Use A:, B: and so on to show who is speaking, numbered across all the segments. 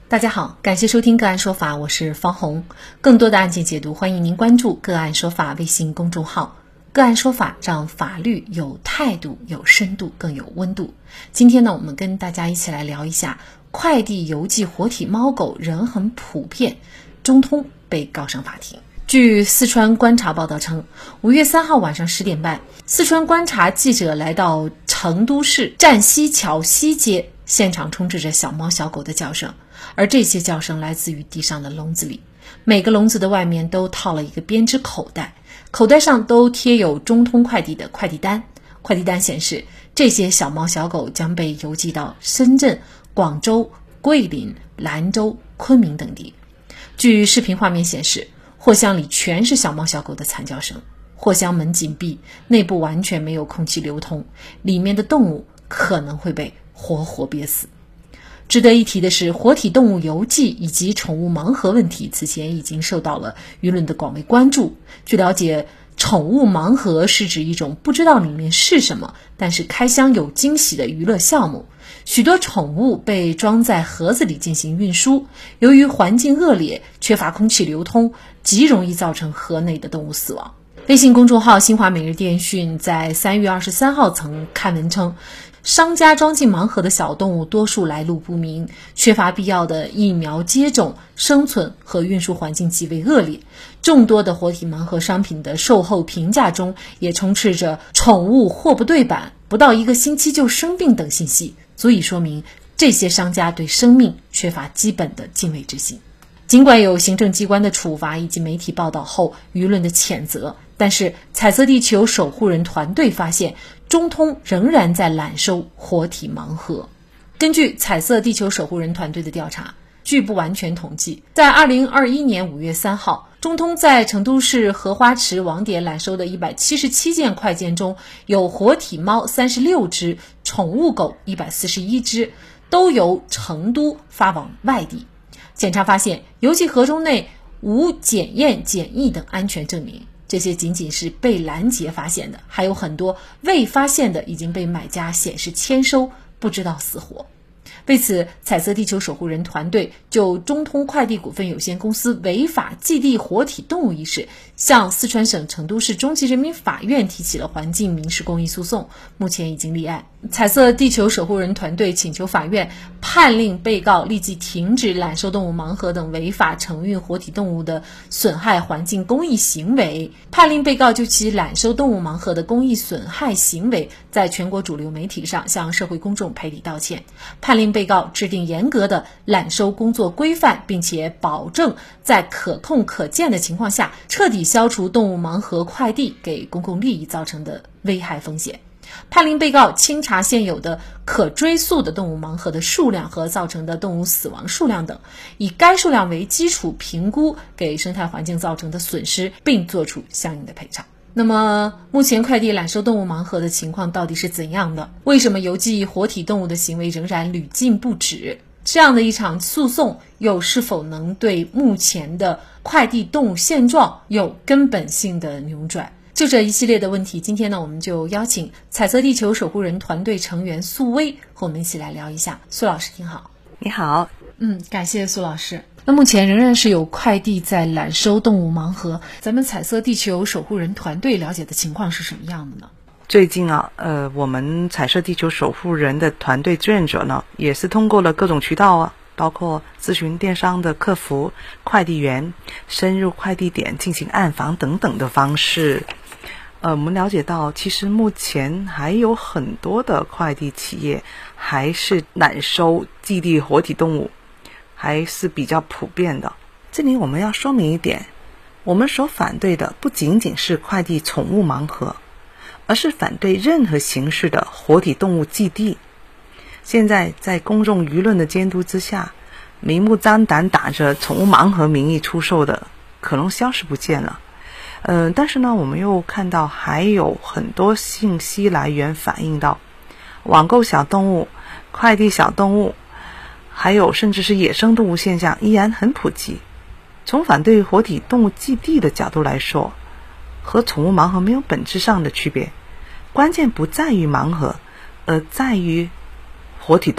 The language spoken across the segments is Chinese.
A: 大家好，感谢收听个案说法，我是方红。更多的案件解读，欢迎您关注个案说法微信公众号。个案说法让法律有态度、有深度、更有温度。今天呢，我们跟大家一起来聊一下快递邮寄活体猫狗仍很普遍，中通被告上法庭。据四川观察报道称，5月3号晚上10点半，四川观察记者来到成都市站西桥西街，现场充斥着小猫小狗的叫声，而这些叫声来自于地上的笼子里，每个笼子的外面都套了一个编织口袋，口袋上都贴有中通快递的快递单。快递单显示，这些小猫小狗将被邮寄到深圳、广州、桂林、兰州、昆明等地。据视频画面显示，货箱里全是小猫小狗的惨叫声，货箱门紧闭，内部完全没有空气流通，里面的动物可能会被活活憋死。值得一提的是，活体动物邮寄以及宠物盲盒问题此前已经受到了舆论的广为关注。据了解，宠物盲盒是指一种不知道里面是什么，但是开箱有惊喜的娱乐项目。许多宠物被装在盒子里进行运输，由于环境恶劣，缺乏空气流通，极容易造成盒内的动物死亡。微信公众号新华每日电讯在3月23号曾刊文称，商家装进盲盒的小动物多数来路不明，缺乏必要的疫苗接种，生存和运输环境极为恶劣。众多的活体盲盒商品的售后评价中也充斥着宠物货不对版、不到1个星期就生病等信息，足以说明这些商家对生命缺乏基本的敬畏之心。尽管有行政机关的处罚以及媒体报道后舆论的谴责，但是彩色地球守护人团队发现，中通仍然在揽收活体盲盒。根据彩色地球守护人团队的调查，据不完全统计，在2021年5月3号，中通在成都市荷花池网点揽收的177件快件中，有活体猫36只，宠物狗141只，都由成都发往外地。检查发现，邮寄盒中内无检验、检疫等安全证明，这些仅仅是被拦截发现的，还有很多未发现的已经被买家显示签收，不知道死活。为此，彩色地球守护人团队就中通快递股份有限公司违法寄递活体动物一事，向四川省成都市中级人民法院提起了环境民事公益诉讼，目前已经立案。彩色地球守护人团队请求法院判令被告立即停止揽收动物盲盒等违法承运活体动物的损害环境公益行为，判令被告就其揽收动物盲盒的公益损害行为，在全国主流媒体上向社会公众赔礼道歉，判令被告制定严格的揽收工作规范，并且保证在可控可见的情况下，彻底消除动物盲盒快递给公共利益造成的危害风险。判令被告清查现有的可追溯的动物盲盒的数量和造成的动物死亡数量等，以该数量为基础评估给生态环境造成的损失，并作出相应的赔偿。那么目前快递揽收动物盲盒的情况到底是怎样的？为什么邮寄活体动物的行为仍然屡禁不止？这样的一场诉讼又是否能对目前的快递动物现状有根本性的扭转？就这一系列的问题，今天呢，我们就邀请彩色地球守护人团队成员苏薇和我们一起来聊一下。苏老师您好。
B: 你好。
A: 感谢苏老师。那目前仍然是有快递在揽收动物盲盒，咱们彩色地球守护人团队了解的情况是什么样的呢？
B: 最近我们彩色地球守护人的团队志愿者呢，也是通过了各种渠道包括咨询电商的客服、快递员、深入快递点进行暗访等等的方式。我们了解到，其实目前还有很多的快递企业还是揽收寄递活体动物，还是比较普遍的。这里我们要说明一点，我们所反对的不仅仅是快递宠物盲盒，而是反对任何形式的活体动物寄递。现在在公众舆论的监督之下，明目张胆打着宠物盲盒名义出售的可能消失不见了。但是呢，我们又看到还有很多信息来源反映到网购小动物、快递小动物，还有甚至是野生动物现象依然很普及。从反对活体动物寄递的角度来说，和宠物盲盒没有本质上的区别，关键不在于盲盒，而在于活体动物。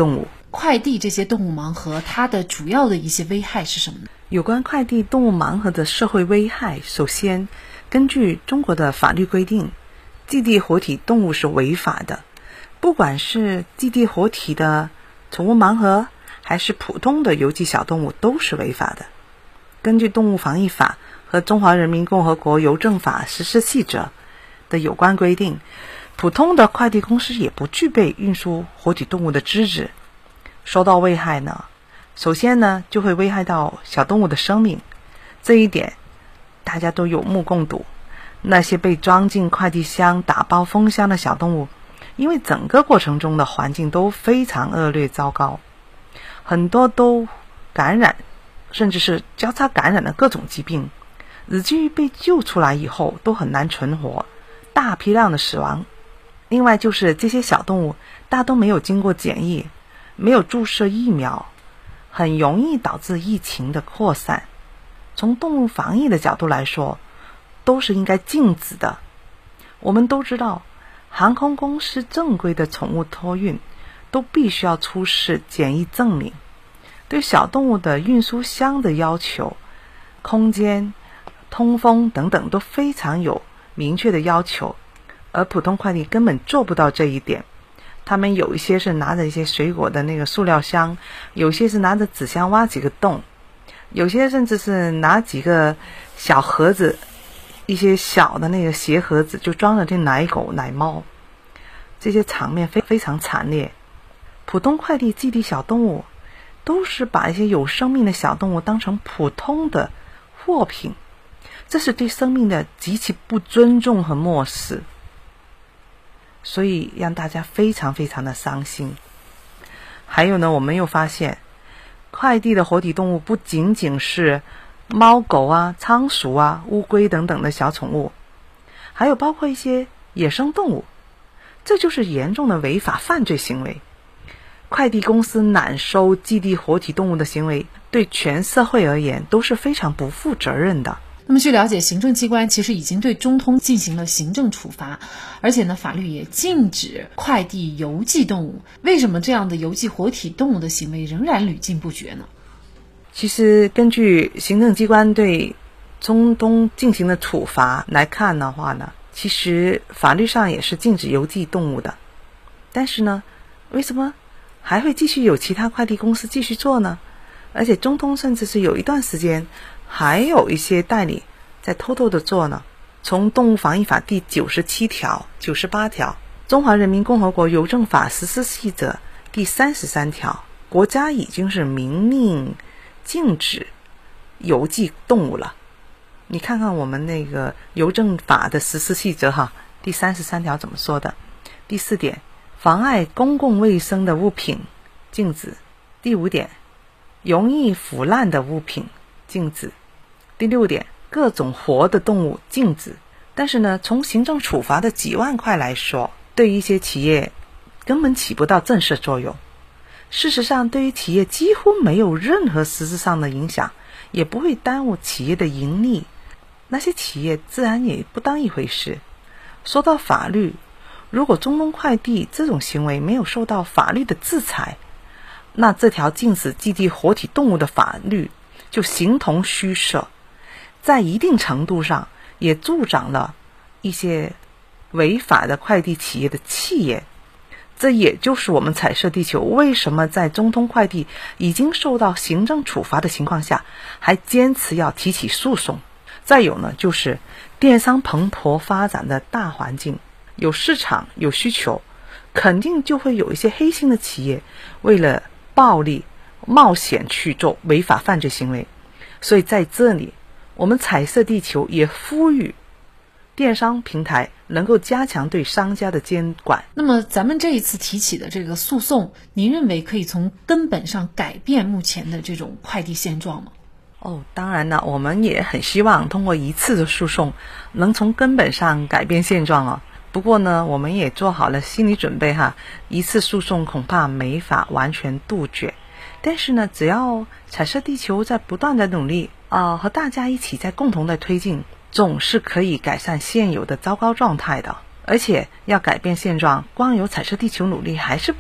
A: 快递这些动物盲盒它的主要的一些危害是什么呢？
B: 有关快递动物盲盒的社会危害，首先，根据中国的法律规定，寄递活体动物是违法的，不管是寄递活体的宠物盲盒，还是普通的邮寄小动物，都是违法的。根据动物防疫法和中华人民共和国邮政法实施细则的有关规定，普通的快递公司也不具备运输活体动物的资质。受到危害呢，首先呢就会危害到小动物的生命，这一点大家都有目共睹。那些被装进快递箱打包封箱的小动物，因为整个过程中的环境都非常恶劣糟糕，很多都感染甚至是交叉感染了各种疾病，以至于被救出来以后都很难存活，大批量的死亡。另外就是这些小动物大都没有经过检疫，没有注射疫苗，很容易导致疫情的扩散。从动物防疫的角度来说，都是应该禁止的。我们都知道，航空公司正规的宠物托运都必须要出示检疫证明，对小动物的运输箱的要求、空间、通风等等都非常有明确的要求，而普通快递根本做不到这一点。他们有一些是拿着一些水果的那个塑料箱，有些是拿着纸箱挖几个洞，有些甚至是拿几个小盒子，一些小的那个鞋盒子就装了这奶狗奶猫，这些场面非常惨烈。普通快递寄递小动物都是把一些有生命的小动物当成普通的货品，这是对生命的极其不尊重和漠视，所以让大家非常的伤心。还有呢，我们又发现快递的活体动物不仅仅是猫狗啊、仓鼠啊、乌龟等等的小宠物，还有包括一些野生动物，这就是严重的违法犯罪行为。快递公司揽收寄递活体动物的行为，对全社会而言都是非常不负责任的。
A: 那么据了解，行政机关其实已经对中通进行了行政处罚，而且呢，法律也禁止快递邮寄动物。为什么这样的邮寄活体动物的行为仍然屡禁不绝呢？
B: 其实根据行政机关对中通进行的处罚来看的话呢，其实法律上也是禁止邮寄动物的，但是呢，为什么还会继续有其他快递公司继续做呢？而且中通甚至是有一段时间还有一些代理在偷偷的做呢。从动物防疫法第97条、98条、中华人民共和国邮政法实施细则第33条，国家已经是明令禁止邮寄动物了。你看看我们那个邮政法的实施细则哈，第33条怎么说的？第4点，妨碍公共卫生的物品禁止。第5点，容易腐烂的物品禁止。第6点，各种活的动物禁止。但是呢，从行政处罚的几万块来说，对于一些企业根本起不到震慑作用。事实上，对于企业几乎没有任何实质上的影响，也不会耽误企业的盈利，那些企业自然也不当一回事。说到法律，如果中通快递这种行为没有受到法律的制裁，那这条禁止寄递活体动物的法律就形同虚设，在一定程度上也助长了一些违法的快递企业的气焰。这也就是我们彩色地球为什么在中通快递已经受到行政处罚的情况下，还坚持要提起诉讼。再有呢，就是电商蓬勃发展的大环境，有市场有需求，肯定就会有一些黑心的企业为了暴利冒险去做违法犯罪行为。所以在这里，我们彩色地球也呼吁电商平台能够加强对商家的监管。
A: 那么咱们这一次提起的这个诉讼，您认为可以从根本上改变目前的这种快递现状吗？
B: 当然了，我们也很希望通过一次的诉讼能从根本上改变现状。不过呢，我们也做好了心理准备哈，一次诉讼恐怕没法完全杜绝。但是呢，只要彩色地球在不断的努力和大家一起在共同的推进，总是可以改善现有的糟糕状态的。而且要改变现状，光有彩色地球努力还是不够，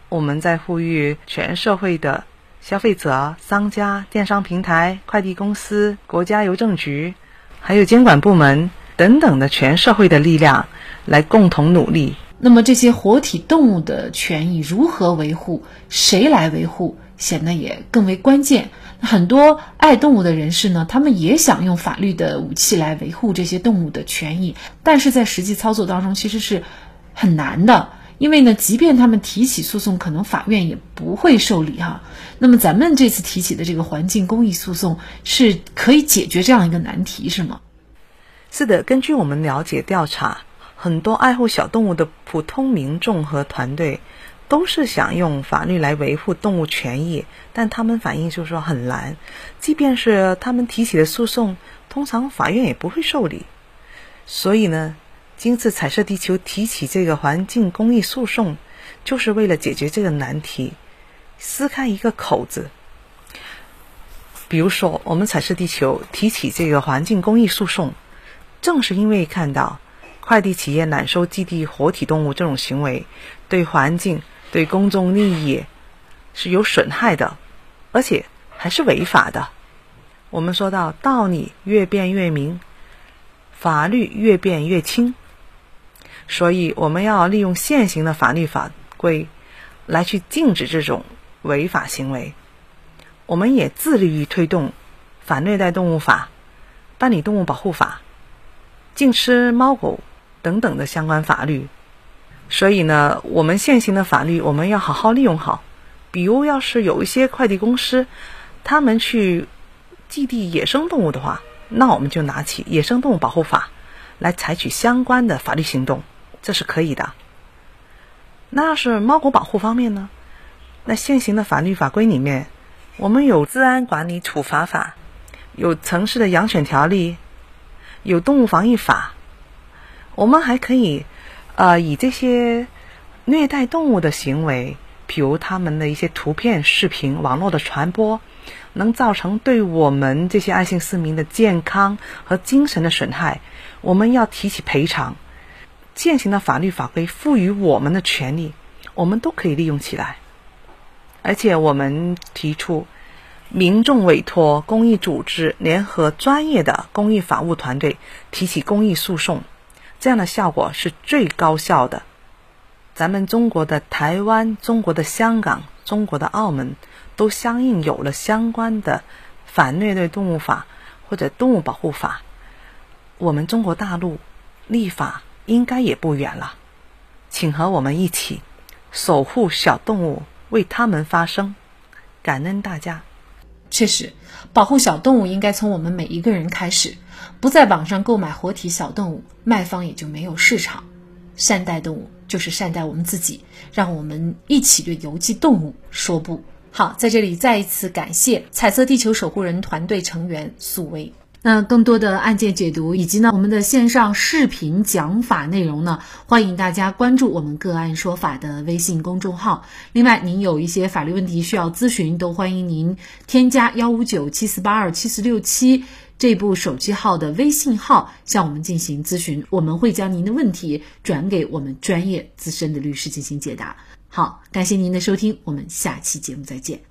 B: 我们在呼吁全社会的消费者、商家、电商平台、快递公司、国家邮政局，还有监管部门等等的全社会的力量来共同努力。
A: 那么这些活体动物的权益如何维护，谁来维护，显得也更为关键。很多爱动物的人士呢，他们也想用法律的武器来维护这些动物的权益，但是在实际操作当中其实是很难的，因为呢，即便他们提起诉讼，可能法院也不会受理哈。那么咱们这次提起的这个环境公益诉讼是可以解决这样一个难题，是吗？
B: 是的，根据我们了解调查，很多爱护小动物的普通民众和团队都是想用法律来维护动物权益，但他们反映就是说很难，即便是他们提起的诉讼，通常法院也不会受理。所以呢，今次彩色地球提起这个环境公益诉讼，就是为了解决这个难题，撕开一个口子。比如说，我们彩色地球提起这个环境公益诉讼，正是因为看到快递企业揽收寄递活体动物这种行为对环境、对公众利益是有损害的，而且还是违法的。我们说到道理越辩越明，法律越辩越轻，所以我们要利用现行的法律法规来去禁止这种违法行为。我们也致力于推动反虐待动物法、办理动物保护法、禁吃猫狗等等的相关法律。所以呢，我们现行的法律我们要好好利用好。比如要是有一些快递公司他们去寄递野生动物的话，那我们就拿起野生动物保护法来采取相关的法律行动，这是可以的。那要是猫狗保护方面呢，那现行的法律法规里面，我们有治安管理处罚法，有城市的养犬条例，有动物防疫法。我们还可以以这些虐待动物的行为，比如他们的一些图片、视频、网络的传播，能造成对我们这些爱心市民的健康和精神的损害，我们要提起赔偿。现行的法律法规赋予我们的权利，我们都可以利用起来。而且我们提出民众委托公益组织联合专业的公益法务团队提起公益诉讼，这样的效果是最高效的。咱们中国的台湾、中国的香港、中国的澳门都相应有了相关的反虐待动物法或者动物保护法，我们中国大陆立法应该也不远了。请和我们一起守护小动物，为他们发声，感恩大家。
A: 确实，保护小动物应该从我们每一个人开始，不在网上购买活体小动物，卖方也就没有市场。善待动物就是善待我们自己，让我们一起对邮寄动物说不。好，在这里再一次感谢彩色地球守护人团队成员苏薇。那更多的案件解读以及呢我们的线上视频讲法内容呢，欢迎大家关注我们个案说法的微信公众号。另外您有一些法律问题需要咨询，都欢迎您添加15974827467这部手机号的微信号向我们进行咨询，我们会将您的问题转给我们专业资深的律师进行解答。好，感谢您的收听，我们下期节目再见。